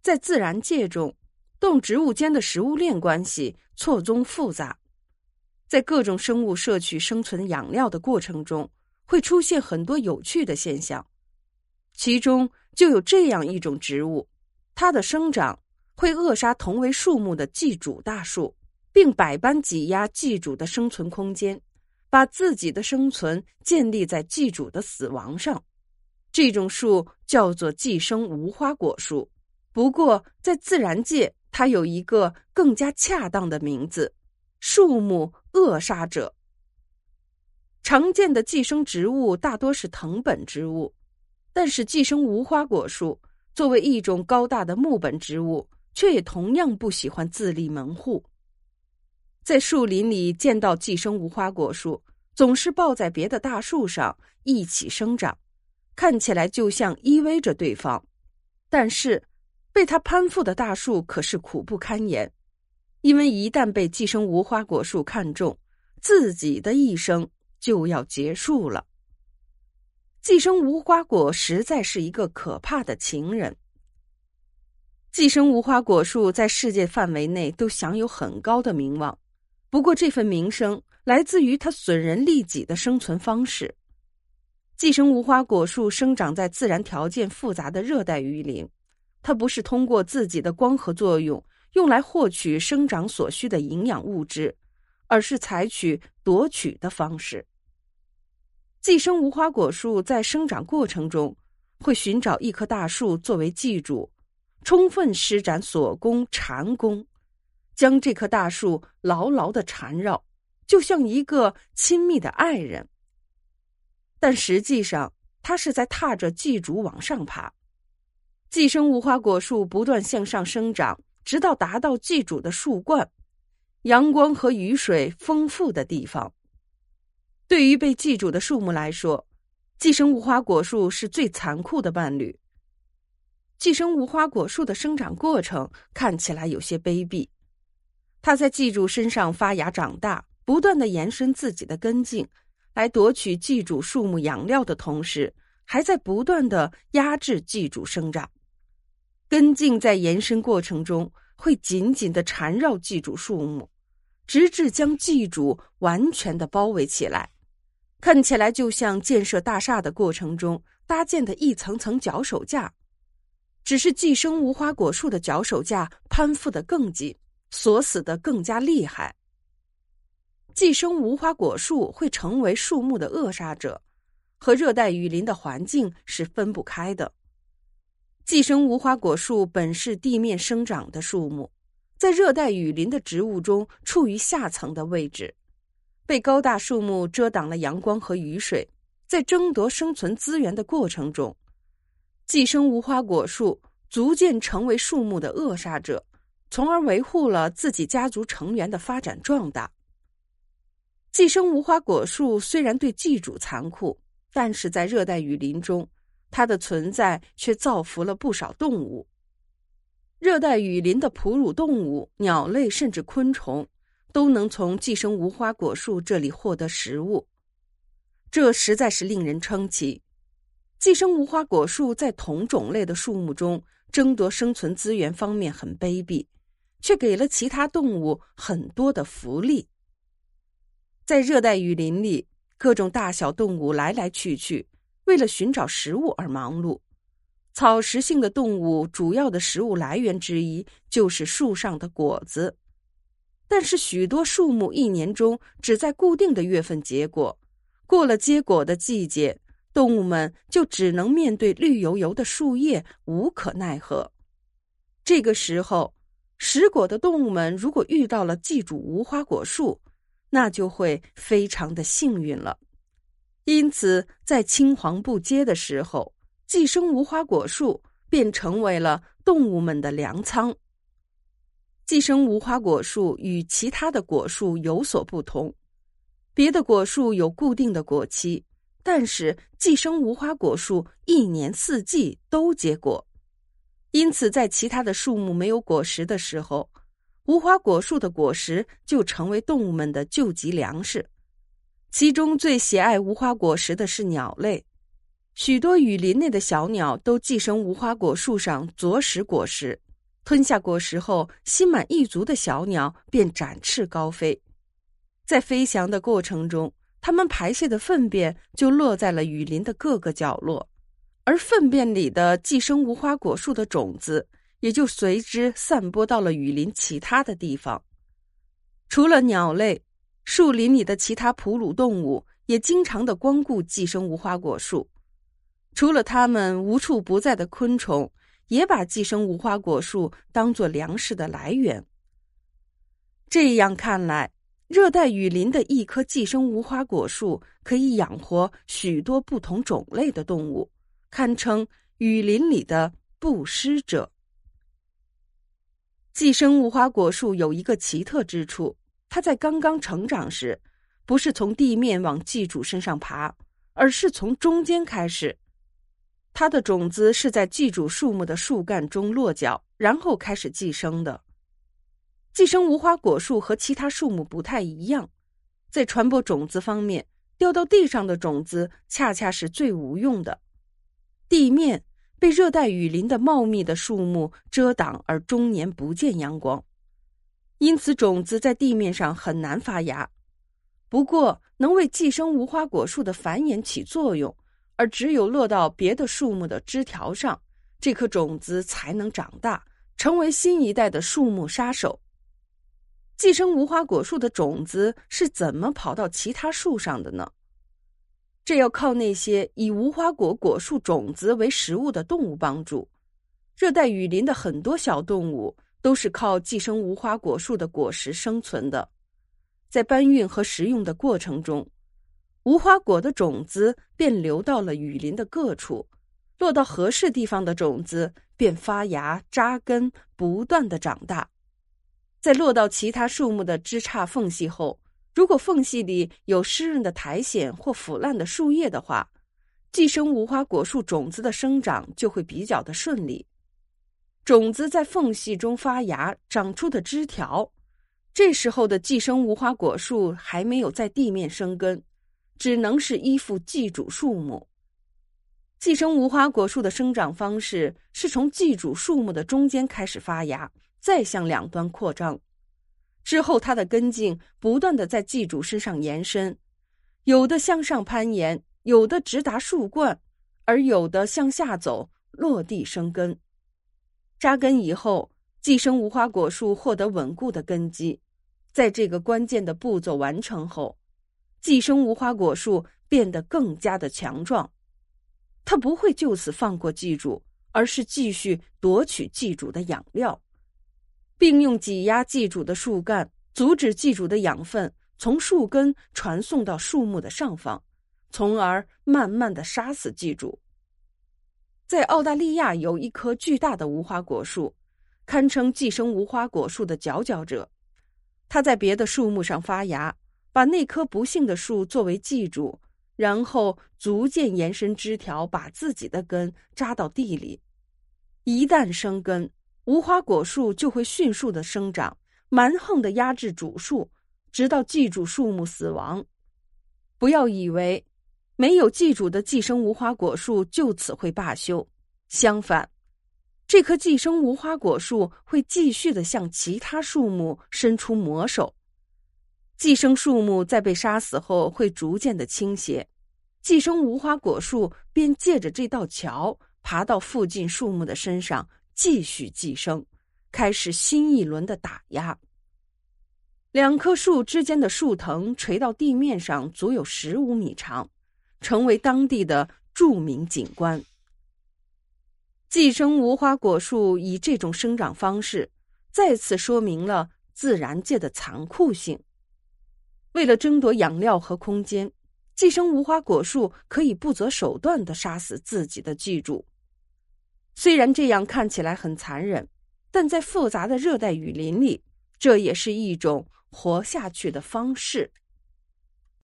在自然界中，动植物间的食物链关系错综复杂，在各种生物摄取生存养料的过程中，会出现很多有趣的现象。其中就有这样一种植物，它的生长会扼杀同为树木的寄主大树，并百般挤压寄主的生存空间，把自己的生存建立在寄主的死亡上。这种树叫做寄生无花果树，不过在自然界它有一个更加恰当的名字——树木扼杀者。常见的寄生植物大多是藤本植物，但是寄生无花果树作为一种高大的木本植物，却也同样不喜欢自立门户。在树林里见到寄生无花果树，总是抱在别的大树上一起生长，看起来就像依偎着对方。但是被它攀附的大树可是苦不堪言，因为一旦被寄生无花果树看中，自己的一生就要结束了。寄生无花果实在是一个可怕的情人。寄生无花果树在世界范围内都享有很高的名望，不过这份名声来自于它损人利己的生存方式。寄生无花果树生长在自然条件复杂的热带雨林，它不是通过自己的光合作用用来获取生长所需的营养物质，而是采取夺取的方式。寄生无花果树在生长过程中会寻找一棵大树作为寄主，充分施展锁功缠功，将这棵大树牢牢地缠绕，就像一个亲密的爱人。但实际上它是在踏着寄主往上爬。寄生无花果树不断向上生长，直到达到寄主的树冠，阳光和雨水丰富的地方。对于被寄主的树木来说，寄生无花果树是最残酷的伴侣。寄生无花果树的生长过程看起来有些卑鄙，它在寄主身上发芽长大，不断地延伸自己的根茎，来夺取寄主树木养料的同时，还在不断地压制寄主生长。根茎在延伸过程中会紧紧地缠绕寄主树木，直至将寄主完全地包围起来，看起来就像建设大厦的过程中搭建的一层层脚手架，只是寄生无花果树的脚手架攀附得更紧，锁死得更加厉害。寄生无花果树会成为树木的扼杀者，和热带雨林的环境是分不开的。寄生无花果树本是地面生长的树木，在热带雨林的植物中处于下层的位置，被高大树木遮挡了阳光和雨水。在争夺生存资源的过程中，寄生无花果树逐渐成为树木的扼杀者，从而维护了自己家族成员的发展壮大。寄生无花果树虽然对寄主残酷，但是在热带雨林中，它的存在却造福了不少动物。热带雨林的哺乳动物、鸟类甚至昆虫都能从寄生无花果树这里获得食物，这实在是令人称奇。寄生无花果树在同种类的树木中争夺生存资源方面很卑鄙，却给了其他动物很多的福利。在热带雨林里，各种大小动物来来去去，为了寻找食物而忙碌。草食性的动物主要的食物来源之一就是树上的果子，但是许多树木一年中只在固定的月份结果，过了结果的季节，动物们就只能面对绿油油的树叶，无可奈何。这个时候，食果的动物们如果遇到了寄主无花果树，那就会非常的幸运了。因此在青黄不接的时候，寄生无花果树便成为了动物们的粮仓。寄生无花果树与其他的果树有所不同，别的果树有固定的果期，但是寄生无花果树一年四季都结果。因此在其他的树木没有果实的时候，无花果树的果实就成为动物们的救急粮食。其中最喜爱无花果实的是鸟类，许多雨林内的小鸟都寄生无花果树上啄食果实， 吞下果实后，心满意足的小鸟便展翅高飞。在飞翔的过程中，它们排泄的粪便就落在了雨林的各个角落，而粪便里的寄生无花果树的种子也就随之散播到了雨林其他的地方。除了鸟类，树林里的其他哺乳动物也经常地光顾寄生无花果树。除了它们，无处不在的昆虫也把寄生无花果树当作粮食的来源。这样看来，热带雨林的一棵寄生无花果树可以养活许多不同种类的动物，堪称雨林里的布施者。寄生无花果树有一个奇特之处，它在刚刚成长时，不是从地面往寄主身上爬，而是从中间开始。它的种子是在寄主树木的树干中落脚，然后开始寄生的。寄生无花果树和其他树木不太一样，在传播种子方面，掉到地上的种子恰恰是最无用的。地面被热带雨林的茂密的树木遮挡而终年不见阳光，因此种子在地面上很难发芽。不过能为寄生无花果树的繁衍起作用，而只有落到别的树木的枝条上，这颗种子才能长大，成为新一代的树木杀手。寄生无花果树的种子是怎么跑到其他树上的呢？这要靠那些以无花果果树种子为食物的动物帮助。热带雨林的很多小动物都是靠寄生无花果树的果实生存的。在搬运和食用的过程中，无花果的种子便流到了雨林的各处，落到合适地方的种子便发芽扎根，不断地长大。在落到其他树木的枝杈缝隙后，如果缝隙里有湿润的苔藓或腐烂的树叶的话，寄生无花果树种子的生长就会比较的顺利。种子在缝隙中发芽，长出的枝条，这时候的寄生无花果树还没有在地面生根，只能是依附寄主树木。寄生无花果树的生长方式是从寄主树木的中间开始发芽，再向两端扩张，之后它的根茎不断地在寄主身上延伸，有的向上攀岩，有的直达树冠，而有的向下走，落地生根。扎根以后，寄生无花果树获得稳固的根基。在这个关键的步骤完成后，寄生无花果树变得更加的强壮。它不会就此放过寄主，而是继续夺取寄主的养料，并用挤压寄主的树干，阻止寄主的养分从树根传送到树木的上方，从而慢慢地杀死寄主。在澳大利亚有一棵巨大的无花果树，堪称寄生无花果树的佼佼者。它在别的树木上发芽，把那棵不幸的树作为寄主，然后逐渐延伸枝条，把自己的根扎到地里。一旦生根，无花果树就会迅速的生长，蛮横地压制主树，直到寄主树木死亡。不要以为没有寄主的寄生无花果树就此会罢休，相反，这棵寄生无花果树会继续地向其他树木伸出魔手。寄生树木在被杀死后会逐渐地倾斜，寄生无花果树便借着这道桥爬到附近树木的身上，继续寄生，开始新一轮的打压。两棵树之间的树藤垂到地面上足有15米长，成为当地的著名景观。寄生无花果树以这种生长方式，再次说明了自然界的残酷性。为了争夺养料和空间，寄生无花果树可以不择手段地杀死自己的寄主。虽然这样看起来很残忍，但在复杂的热带雨林里，这也是一种活下去的方式。